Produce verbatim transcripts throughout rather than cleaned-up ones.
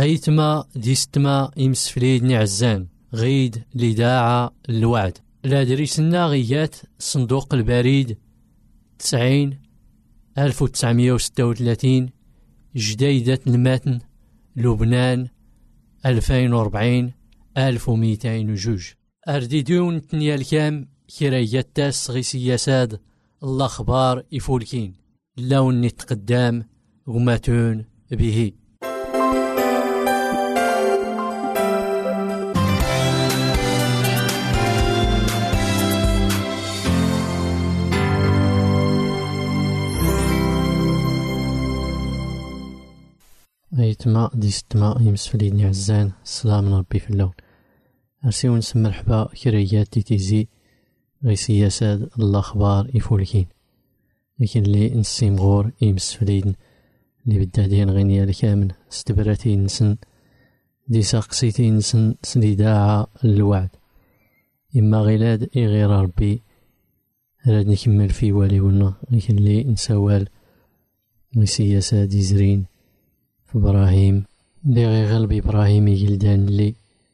غيتما ديستما يمسفليد نعزان غيد لداعة الوعد لا دريسنا غيات صندوق البريد تسعين ألف وتسعمية وستة وثلاثين جديدة المتن لبنان ألفين وربعين ألف ومئتين وجوج أرديدون تنيا الكام كرايات تاس غي سياساد الأخبار يفولكين لون نتقدام وماتون به ايتما ديستما يمسفليدني عزان السلام من ربي في اللون ارسيو نسمى مرحبا كريات دي تيزي غي سياسات الاخبار يفولكين لكن اللي نسيم غور يمسفليدن اللي بدادين غينيا الكامل استبراتي نسن دي ساقسيتي نسن سنداعة الوعد اما غيلاد اي غير ربي راد نكمل في والي ولنا لكن اللي نسوال غي سياسات يزرين في إبراهيم اللي غيغلب إبراهيم يجلدان اللي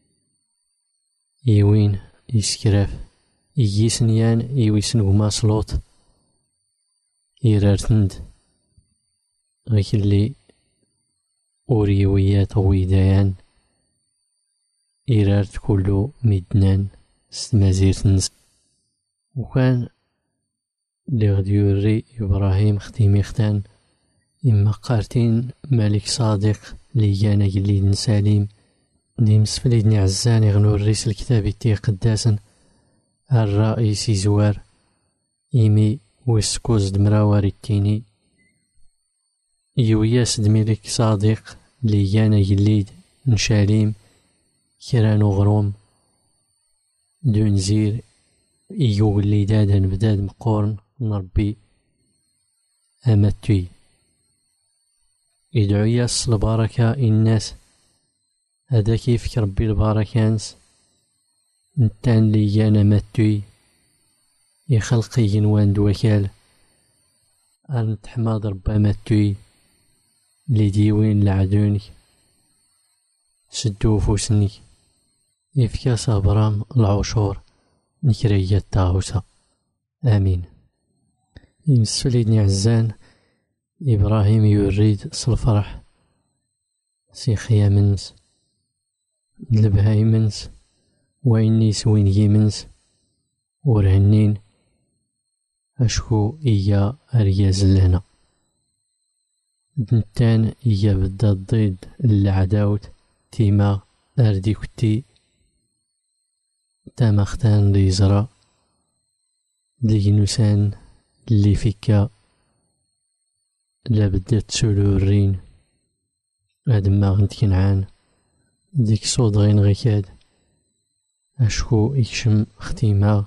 يوين يسكراف يجيسنيان يويسن وما سلوط يرارتند غيك اللي أوريويات ويدايان يرارت كلو ميدنان ستمازيرت نس وكان اللي غدي يوري إبراهيم ختيمي ختان إما قارتين ملك صادق ليانا جليد سليم دي مسفليدني عزاني غنور ريس الكتاب تي قداسا الرئيس زوار إيمي ويسكوز دمراوار التيني يوياس دملك صادق ليانا جليد نشاليم كرانو غروم دون زير إيو اللي دادا بداد مقورن نربي أمتوي يدعو ياس البركة الناس هذا كيف ربي البركانس نتان لي يانا ماتوي يخلقي ينوان دوكال أن تحمد ربا ماتوي لي ديوين العدوني سدو فوسني يفكا صبرام العشور نكرية التاوسة آمين يمسفليدني عزان إبراهيم يريد الفرح سيخيا منس لبهاي منس وإني سوين يمنس ورهنين أشكو إيا أرياز لهنا دنتان إيا بدا الضيد العداوت تيما أردي كتي تامختان ليزرا لينوسان اللي فيكا لا بدات تسولو الرين هاد ما غنت كنعان ديك صوت غين غيكاد أشكو إكشم ختيمة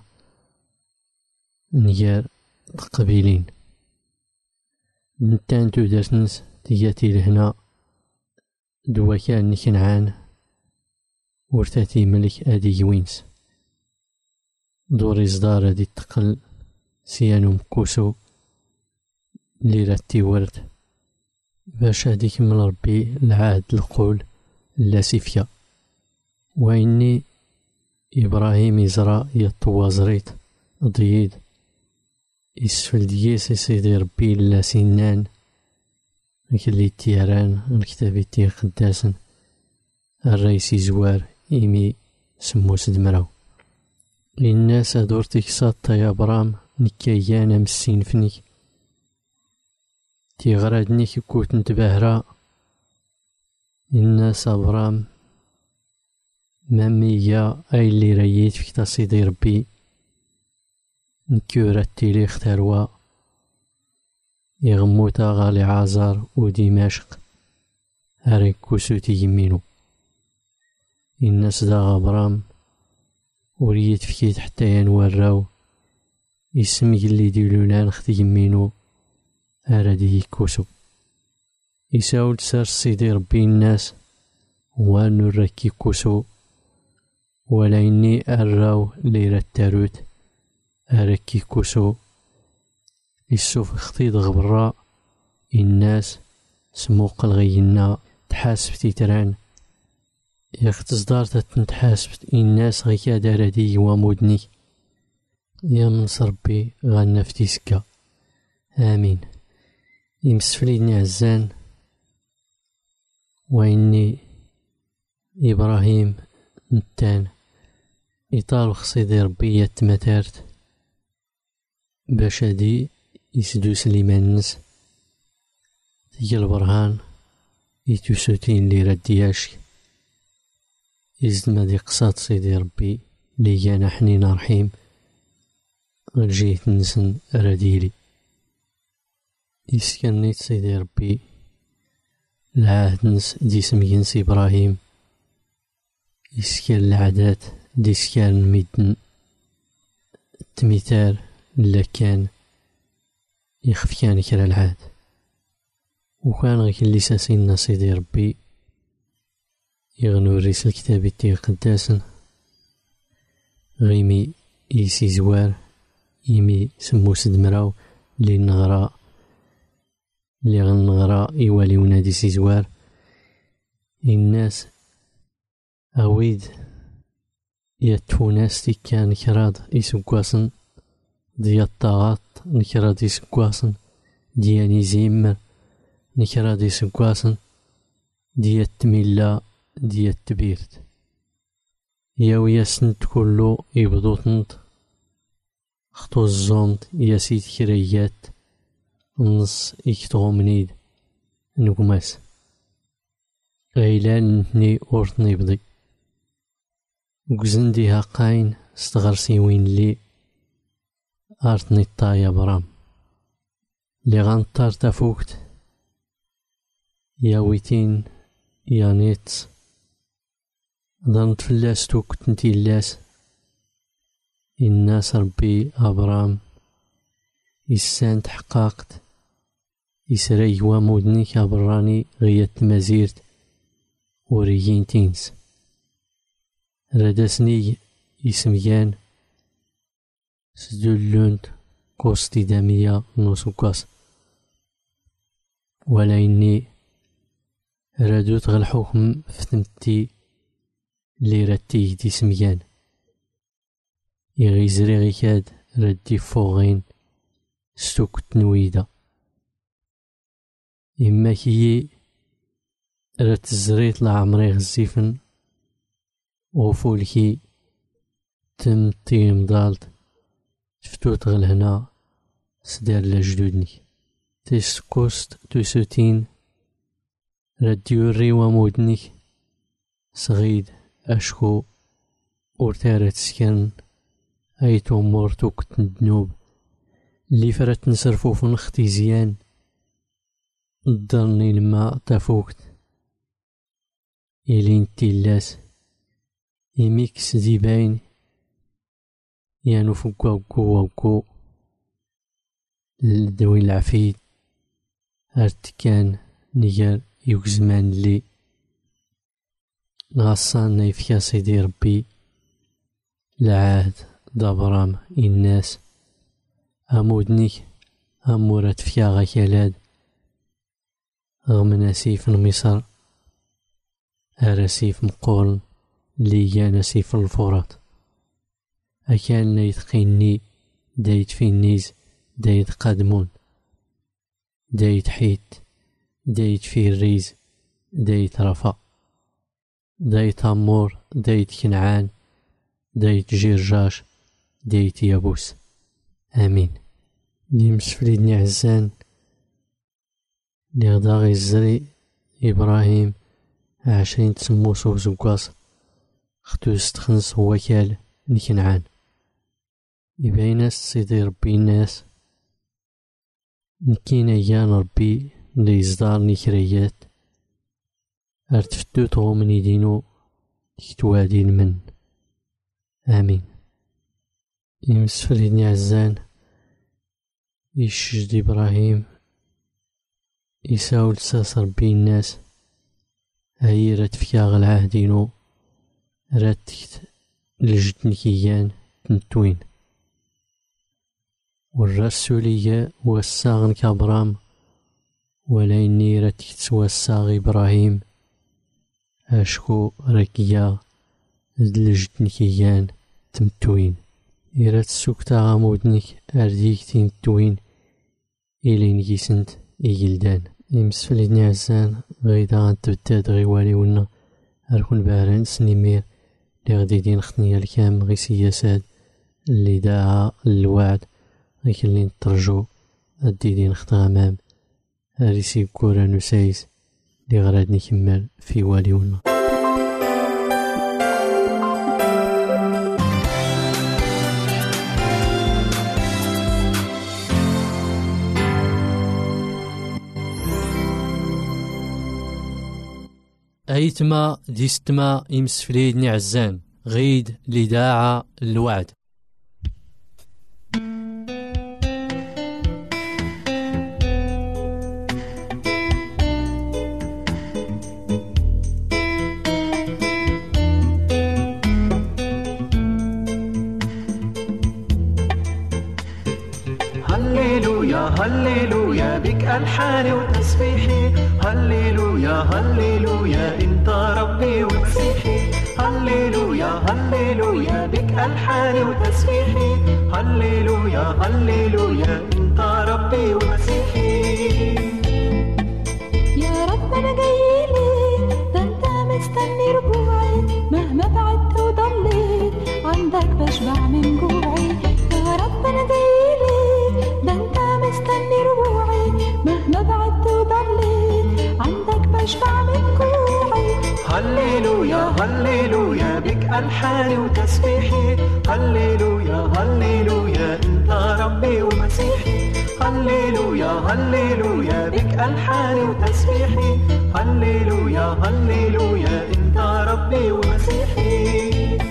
نيار تقبيلين نتان تودرتنس تياتي لهنا دوا كان كنعان ورتاتي ملك أدي يوينس دوري صدار دي تقل سيانو مكوسو اللي راتي ورد باش هاديك من ربي العهد القول لا سيفيا وإني إبراهيم يزرع يطوى زريت ضيد يسفل دياس سيدي ربي لا سنان اللي تيران الكتاب تي قداسا الرئيس زوار إيمي سموس دمراو الناس دورتك ساطة يا برام نكيانا مسين فنيك تيغرادني كي كنت نتباهرا الناس أبرام مامية أي اللي ريت في تصيدي ربي نكورة تيلي اختاروا يغموتا غالي عازر ودمشق هاري كوسوتي يمينو الناس دا غبرام وريت فكيت حتى ينوراو يسمي اللي ديلونا نختي يمينو أرادي كوسو يساول سار سيدي ربي الناس وانو راكي كوسو ولا إني أراو ليرة التاروت أراكي كوسو يسوف اختيد غبراء الناس سموق الغينا تحاسب تيتران يختصدار تتنتحاسب الناس غي كادار دي ومودني يا من ربي غانا في تيسكا آمين. يمسفليدني عزان وإني إبراهيم نتان إطال خصيدي ربي يتمتارت باش هادي يسدو سليمان نس تيجي البرهان يتوسوتين لي ردياش يزدما دي قصاد سيدي ربي لي جانا حنين رحيم غنجيه نسن رديلي يسكنيت سيدي ربي العهد نس دي سمينس إبراهيم يسكن العادات دي سكان ميدن التمثال لا كان يخف كان كرا العاد وكان غيك اللي ساسينا سيدي ربي يغنو الريس الكتاب تي قداسن غيمي يسي زوار يمي سمو سدمراو لي نغرا لي غنغرا يوالي ونادي سي زوار الناس أويد يتوناس تي كان كراد يسقواسن ديال الطاغات نكراد يسقواسن ديال نزيم نكراد يسقواسن ديال التميلة ديال التبيرت ياو ياسنت كلو يبدوطنت خطو الزومت ياسيت كريات نص يكتغو منيد نقماس غيلان نتني أورتني بضي وكزن ديها قاين استغرسي وين لي أرتني الطايا برام لي غنطار تفوكت يا ويتين يا نيت ظنت فلاس توكت نتي اللاس الناس ربي أبرام يسان تحقاقت يسري ومودني كابراني غيات مزيرت وريين تينس ردسني يسميان سدولونت كوستي دامية نوسوكاس ولا إني ردوت غل حكم فتمتي لي رديه دي سميان يغيزري غيكاد ردي فوغين ستوكت نويدا إما كي رد الزريت لعمري غزيفن وفولكي تم تيم ضالت تفتوت غل هنا سدار لجدودني تيسكوست توسوتين رد يوري ومودنك صغيد أشكو أورتارت سكن أيتو مورتوك تندنوب اللي فرت نصرفو في نختي زيان الضرني لما تفوكت إلين تيلاس يميكس دي باين يانو فوكو وكو وكو الدوين العفيد ارتكان نيجر يوكزمان لي غصان نيفيا سيدي ربي العهد دابرام الناس أمودنيك أمورات فيا غاكالاد غم نسيف مصر أرسيف مقورن لي نسيف الفرات أكان نيتقيني دايت في النيز دايت قدمون دايت حيت دايت في الريز دايت رفا دايت أمور دايت كنعان دايت جرجاش دايت يابوس آمين. لي مسفليدني عزان لي غدا غيزري إبراهيم عشرين تسموس وزقاص ختو استخنس هو كال لكنعان يبايناس سيدي ربي الناس نكينا يان ربي لي يزدار نكريات ارتفتو تغو من يدينو تكتوادين من آمين. يمسفليدني عزان يشجد إبراهيم يساول ساس ربي الناس هاي رات فياغ العهدينو رات تكت لجد نكيان تنتوين والرسولية والساغن كابرام ولا إني رات تكت والساغ إبراهيم أشكو ركيا دلجتني كيان تمتوين إرات السكتة غامودنك أرديك تين توين إلين جيسنت إيجلدان يمسفليني عزان غيدا غنتبداد غيوالي ونا أركون باران سنيمير لي غدي دين خطنيا الكام غي سياسات اللي داعا الوعد غيكلي نترجو أدي دين خط غمام هاريسي كورا نسايس لي غراد نكمل في والي ونا. أيتما ديستما يمسفليدني عزان غيد لداعة الوعد. هللويا هللويا بك ألحاني وتسبيحي، هللويا هللويا انت ربي ومسيحي، هللويا هللويا بك ألحاني وتسبيحي، هللويا هللويا انت ربي ومسيحي. يا رب انا جايلك، ده انت مستني رجوعي، مهما بعدت وضليت عندك بشبع من جوعي. يا رب انا جايلك، ده انت مستني رجوعي، مهما بعدت وضليت عندك بشبع من جوعي. هللويا هللويا بك ألحاني وتسبيحي، هللويا هللويا انت ربي ومسيحي، هللويا هللويا بك ألحاني وتسبيحي، هللويا هللويا انت ربي ومسيحي.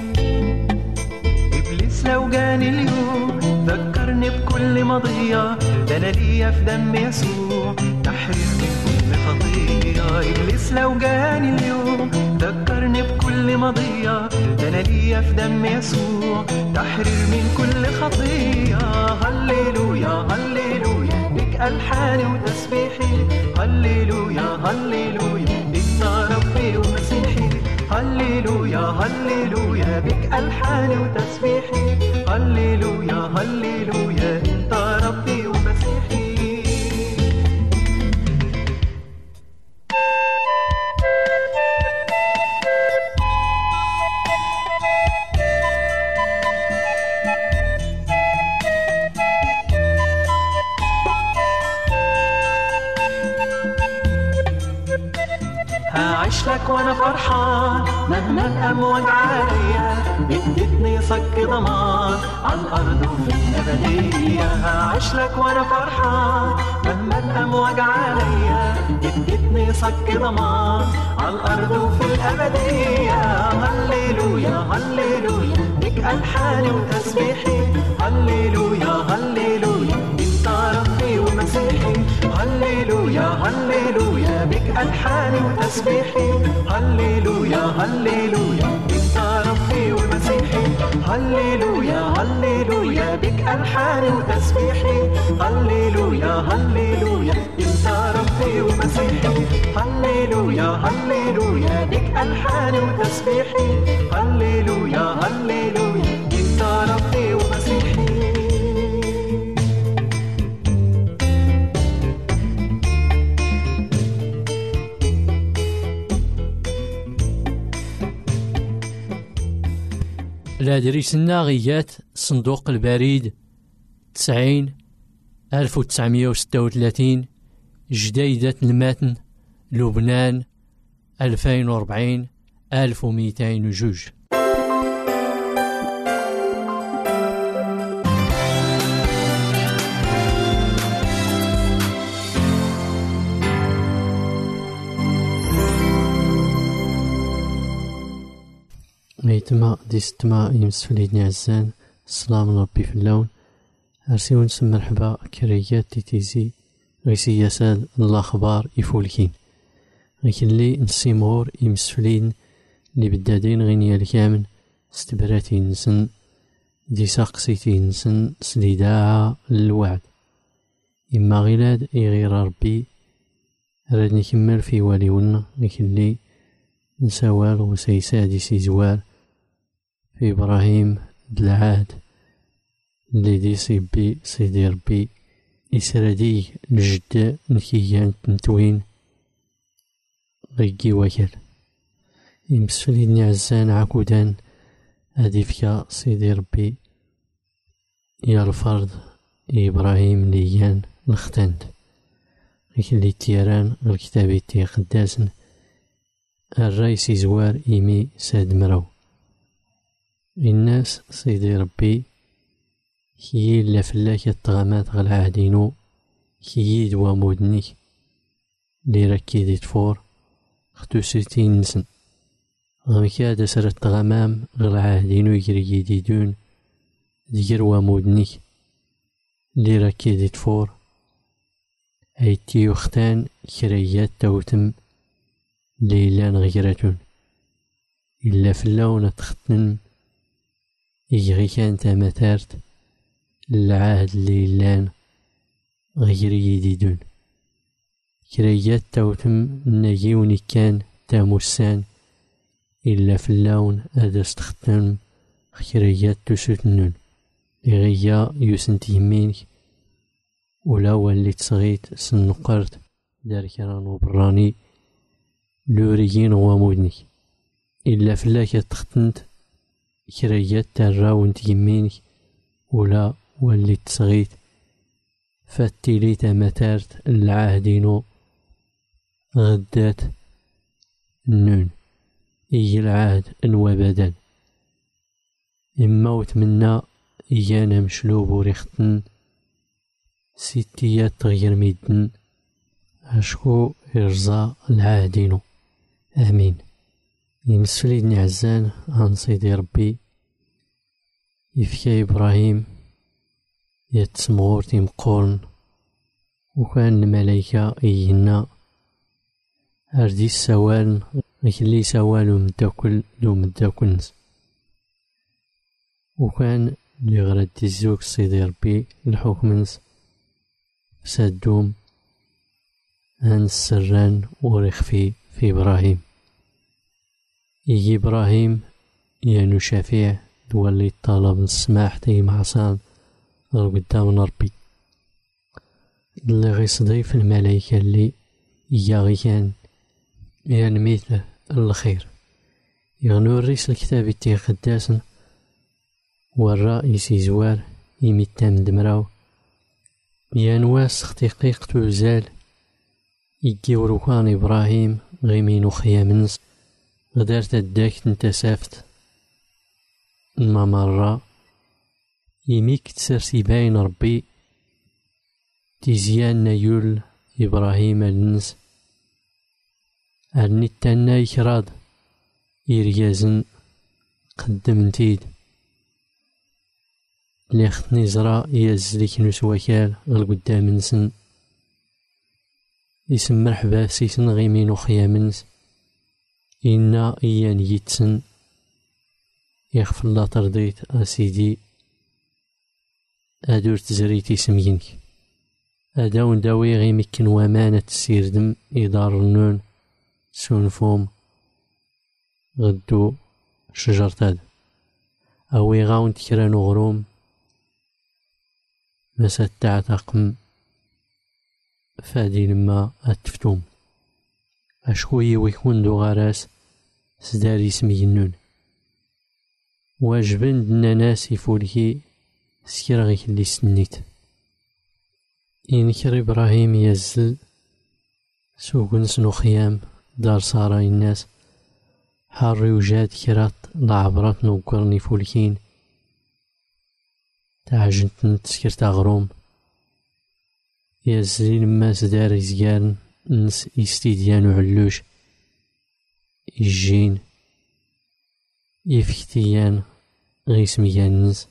إبليس لو جاني اليوم ذكرني بكل مضية، ده أنا ليا في دم يسوع تحرير من كل خطية. إبليس لو جاني اليوم ذكرني بكل مضية، ده أنا ليا في دم يسوع تحرير من كل خطية. هللويا هللويا بك ألحاني وتسبيحي، هللويا هللويا انت ربي ومسيحي، هللويا هللويا بك ألحاني وتسبيحي، هللويا هللويا انت ربي ومسيحي. هعيش لك وانا فرحان مهما الامواج عليا، اديتني صك ضمان على الارض وفي الابديه. هعيش لك وانا فرحان مهما الامواج عليا، اديتني صك ضمان على الارض وفي الابديه. هللويا هللويا بك ألحاني وتسبيحي، هللويا هللويا انت ربي ومسيحي، هللويا هللويا بك ألحاني وتسبيحي، هللويا هللويا انت ربي ومسيحي، هللويا هللويا بك ألحاني وتسبيحي، هللويا هللويا انت ربي ومسيحي، هللويا هللويا بك ألحاني وتسبيحي، هللويا هللويا انت ربي ومسيحي. الأدريسنا غيات صندوق البريد تسعين ألف وتسعمية وستة وثلاثين جديدة المتن لبنان ألفين وأربعين ألف ومئتين وجوج. ميتما ديستما يمسفليدني عزان السلام ربي في اللون أرسيو نسم مرحبا كريات تيتيزي غيسي يسال الأخبار يفولكين لكن لي نسيمور يمسفلين اللي بدادين غينيا الكامن استبراتي نسن دي ساقسيتي نسن سليداعة الوعد إما غيلاد إغير ربي راد نكمل في واليونا لكن لي نسوال وسيسادي سيزوار في إبراهيم دالعهد اللي دي صيبي سيدي ربي إسرادي الجد نكيان تنتوين غيكي وكل يمسفلي نعزان عكودان هادي فيا سيدي ربي يا الفرد إبراهيم ليان الختاند لكن اللي تيران الكتابي تي قداسن الرئيس زوار إيمي ساد مرو الناس سيدي ربي كي لا فلاك الطغامات غل عهدينو كي دوا مودنيك لي ركي دي تفور ختو ستين نسن غم كاد سر الطغامام غل عهدينو يجري ديدون دير ومودنيك لي ركي دي تفور أيتي يختان كريات توتم ليلان غيرتون إلا فلاون تختن يجري كان تامتارت العهد ليلان غيري يديدون كريات توتم نجيوني كان تاموسان إلا فلاون أدس تختن كريات تسوتنون لغيا يوسنت يمينك ولا واللي تصغيت سنقرت دار كرانو براني لوريين ومودنك إلا فلاك تختنت كريات تراون تيمينك ولا واللي تصغيت فاتيلي تمتارت العهدينو غدات النون إي العهد انوابدا إما وتمنى إيانا مشلوب وريختن ستيات تغير ميدن أشكو إرزا العهدينو آمين. يمسفلي نعزان عن سيدي ربي يفكى إبراهيم يتسمغور تيمقورن وكان الملايكة إينا أردي السوال لكن سوال مداكل دو مداكلنس وكان لي غرد الزوج سيدي ربي الحكمنس سادوم عن السران ورخفي في إبراهيم يجي إبراهيم يانو شفيع دولي طلب السماح تي معصان غير قدام ربي اللي غيصدي في الملايكة اللي يجي كان يعني مثل الخير يغنو الرئيس الكتاب تي قداسن والرئيس زوار يميتام دمراو يانواس اختيقيق توزال يجي وروكان إبراهيم غيمينو خيامنس غدارت الداك نتسافت ما مرة يميك تسرسي باين ربي تيزيان نيول إبراهيم النس أرني تانا يكراد يريازن قدم نتيد اللي خطني زرا يازليك نسوكال غالقدام نسن يسم مرحبا سيسن غيمينو خيامنس إنا إيان يتسن يخف الله ترضيت أسيدي أدور تزريتي سمينك أداون داوي غيمكن ومانة السيردم إدار النون سونفوم غدو شجرتاد أوي غاون تكرانو غروم مسات تعتقم فادي لما أتفتوم أشكوي ويكون دو غراس سداري سمي النون واجبن دنا ناس يفولكي سكرغيك اللي سنيت إنكر إبراهيم يزل سوق نسنو خيام دار صاراي الناس حاري وجاد كرات لعبرات نوكرني فولكين تعجنت نتسكر تغروم يزلي لما سدار يزيان نس يستيديان وعلوش يجين يفكتيان غيسميان نس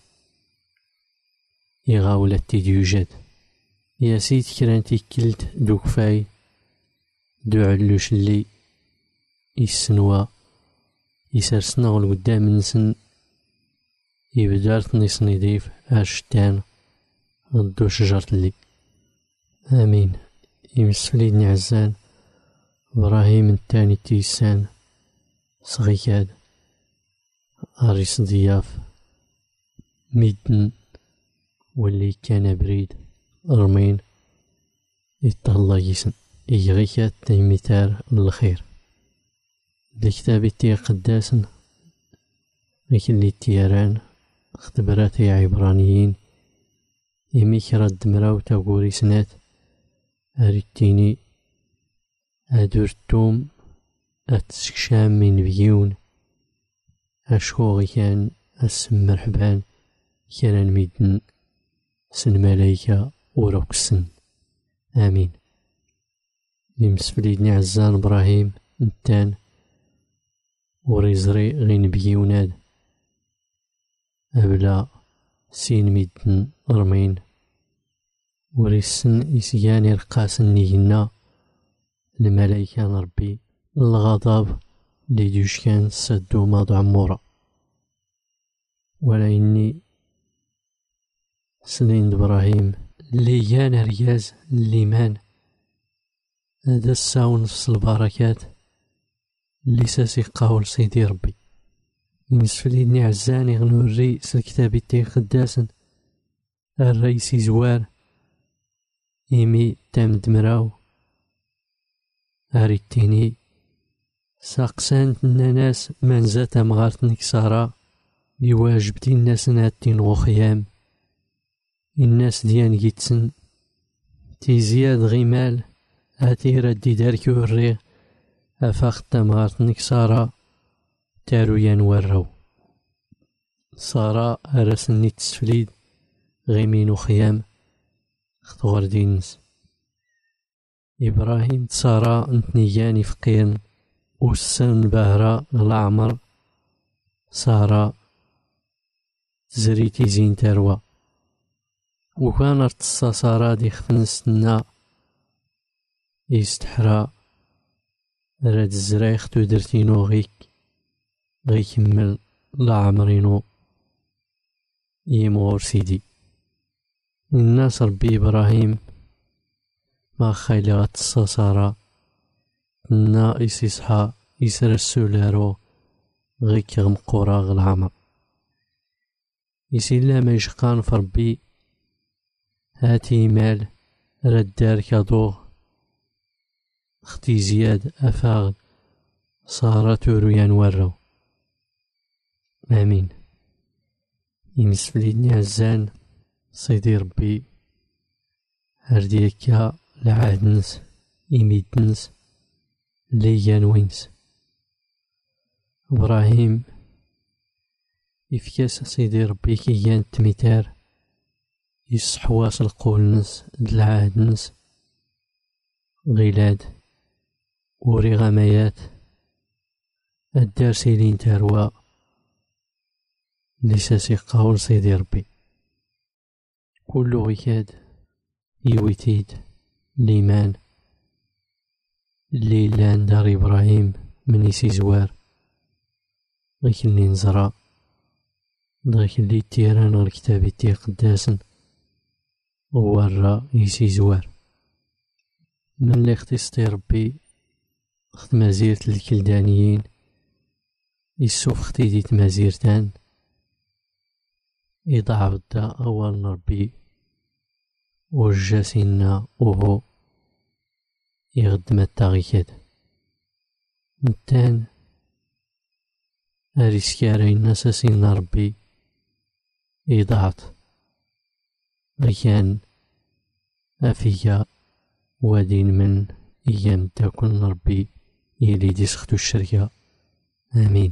يغاولة تيديوجات يا سيد كرانتي كلت دوك فاي دو علوش اللي يسنوا يسرسنا والقدام نسن يبدارت نيسني ديف عشتان ضدو شجرة اللي آمين. يمسلي نعزان إبراهيم التاني تيسان صغيكاد أريس ضياف ميدن واللي كان بريد رمين يتهلا يسن يغيكات تيميتار الخير الكتاب تي قداسن لكن اللي تياران اختباراتي عبرانيين يميك رد مراو تاقوري سنات أريتيني أدورتوم أتسكشام من بيون أشكوغي كان أسم مرحبان كان ميدن سن ملايكة وروكسن آمين. يمسفليدني عزان إبراهيم نتان وريزري غين بيوناد أبلا سين ميدن رمين وريسن إسياني رقاسن نيهنا الملايكة نربي الغضب ليدوش كان سدو ماضو عمورا ولا إني سنين إبراهيم ليان رياز الليمان هذا الساون في البركات اللي ساسي قاول سيدي ربي ينسفليني عزاني غنوري سالكتابي تي قداسن الرئيسي زوار إيمي تام دمراو أريتيني ساقسان الناس منزات مغارت نكسارا بواجبتي الناس ناتين غخيام الناس ديان جيتسن تيزياد غيمال هاتي ردي داركو الريغ أفاقت مغارت نكسارا تارو ينورو صارا أرسني تسفليد غيمين خيام خطوار دينس إبراهيم تصارا نتنياني فقيرن والسن بهرا العمر صارا زريتي زين تروى وكان ارتصا صارا دي خفنسنا يستحرى راد الزرايخ تودرتينو غيك غيكمل لعمرينو يمور سيدي الناس ربي إبراهيم ما خيلي غتصا صارا نا يسيسحا يسر السولارو غيك غمقورا غالعمر يسيلا ما يشقان فربي هاتي مال ردار كادوغ اختي زياد أفاغ صارا تورو ينورو آمين. ينسفليدني عزان سيدي ربي هرديكا لعهدنس يميدنس ليان وينس إبراهيم يفكاس سيدي ربي كيان تميتار يصحواس القولنس دالعهدنس غيلاد وري غمايات الدار سيلين تاروا لساسي قول سيدي ربي كل غيكاد يويتيد ليمان ليلان دار إبراهيم من يسي زوار غيك اللي نزرا غيك اللي تيران غير كتابي تي قداسن ورا يسي زوار من اللي اختصتي ربي اخت مزيرت الكلدانيين يسوف اختي ديت مزيرتان يضعف دا أول نربي وجاسينا وهو يغدم التغيكات نتان أريسكارين ناساسين ربي يضعت غيان أفيا وادين من أيام تاكل ربي يلي ديسختو الشركة آمين.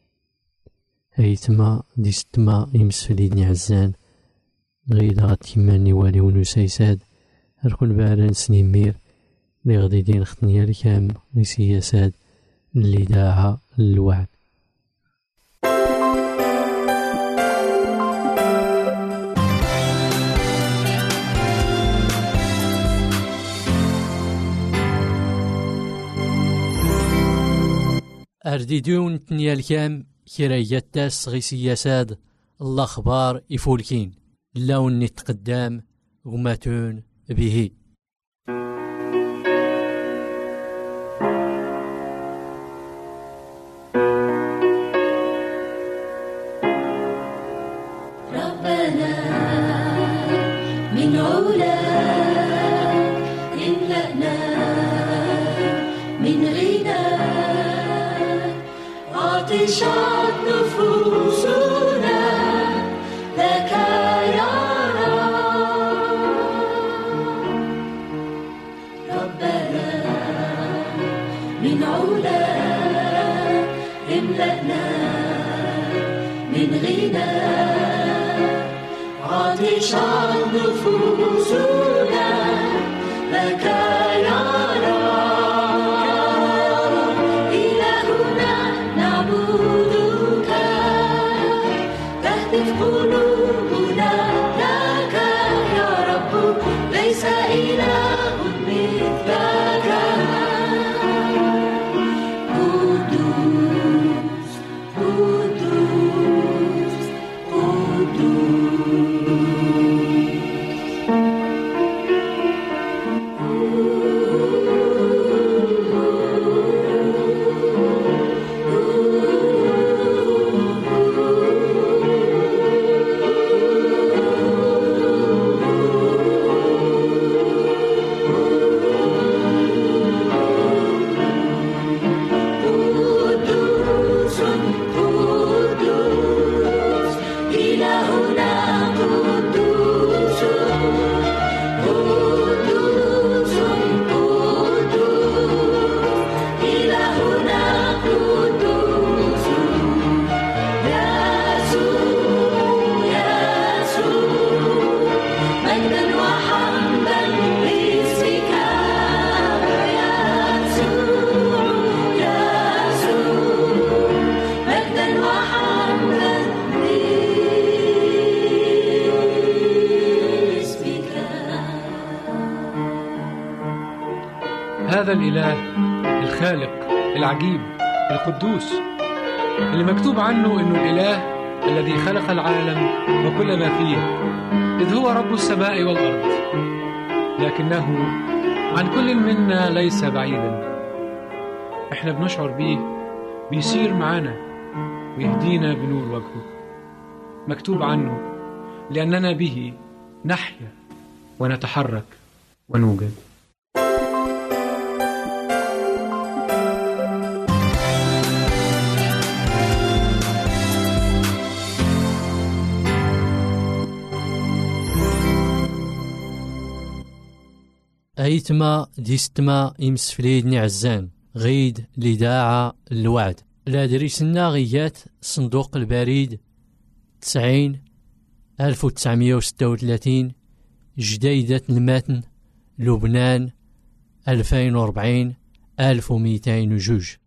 هيتما ديستما يمسفليدني عزان غيدا غتكماني والي ونسيساد هركل باران سنيمير لي غدي دين ختنيا الكام لسياساد اللي داعا للوعد. أرديدون تنيا الكام كرايات تاس غي سياساد الأخبار يفولكين اللون نتقدام غماتون به. عطشت نفوسنا لك يا رب. ربنا من علا املأنا من غنى، عطشت نفوسنا لك يا رب. إلهنا نعبدك، تهتف قلوبنا لك يا رب، ليس إله مثلك. قدوس قدوس هذا الإله الخالق العجيب القدوس اللي مكتوب عنه إنه الإله الذي خلق العالم وكل ما فيه، إذ هو رب السماء والأرض، لكنه عن كل منا ليس بعيدا. إحنا بنشعر بيه بيسير معنا ويهدينا بنور وجهه. مكتوب عنه لأننا به نحيا ونتحرك ونوجد. أيتما ديستما إمسفليدني عزان غيد لداعة الوعد لا دريسنا غيات صندوق البريد تسعين ألف وتسعمية وستة وثلاثين جديدة المتن لبنان ألفين وأربعين ألف ومئتين وجوج.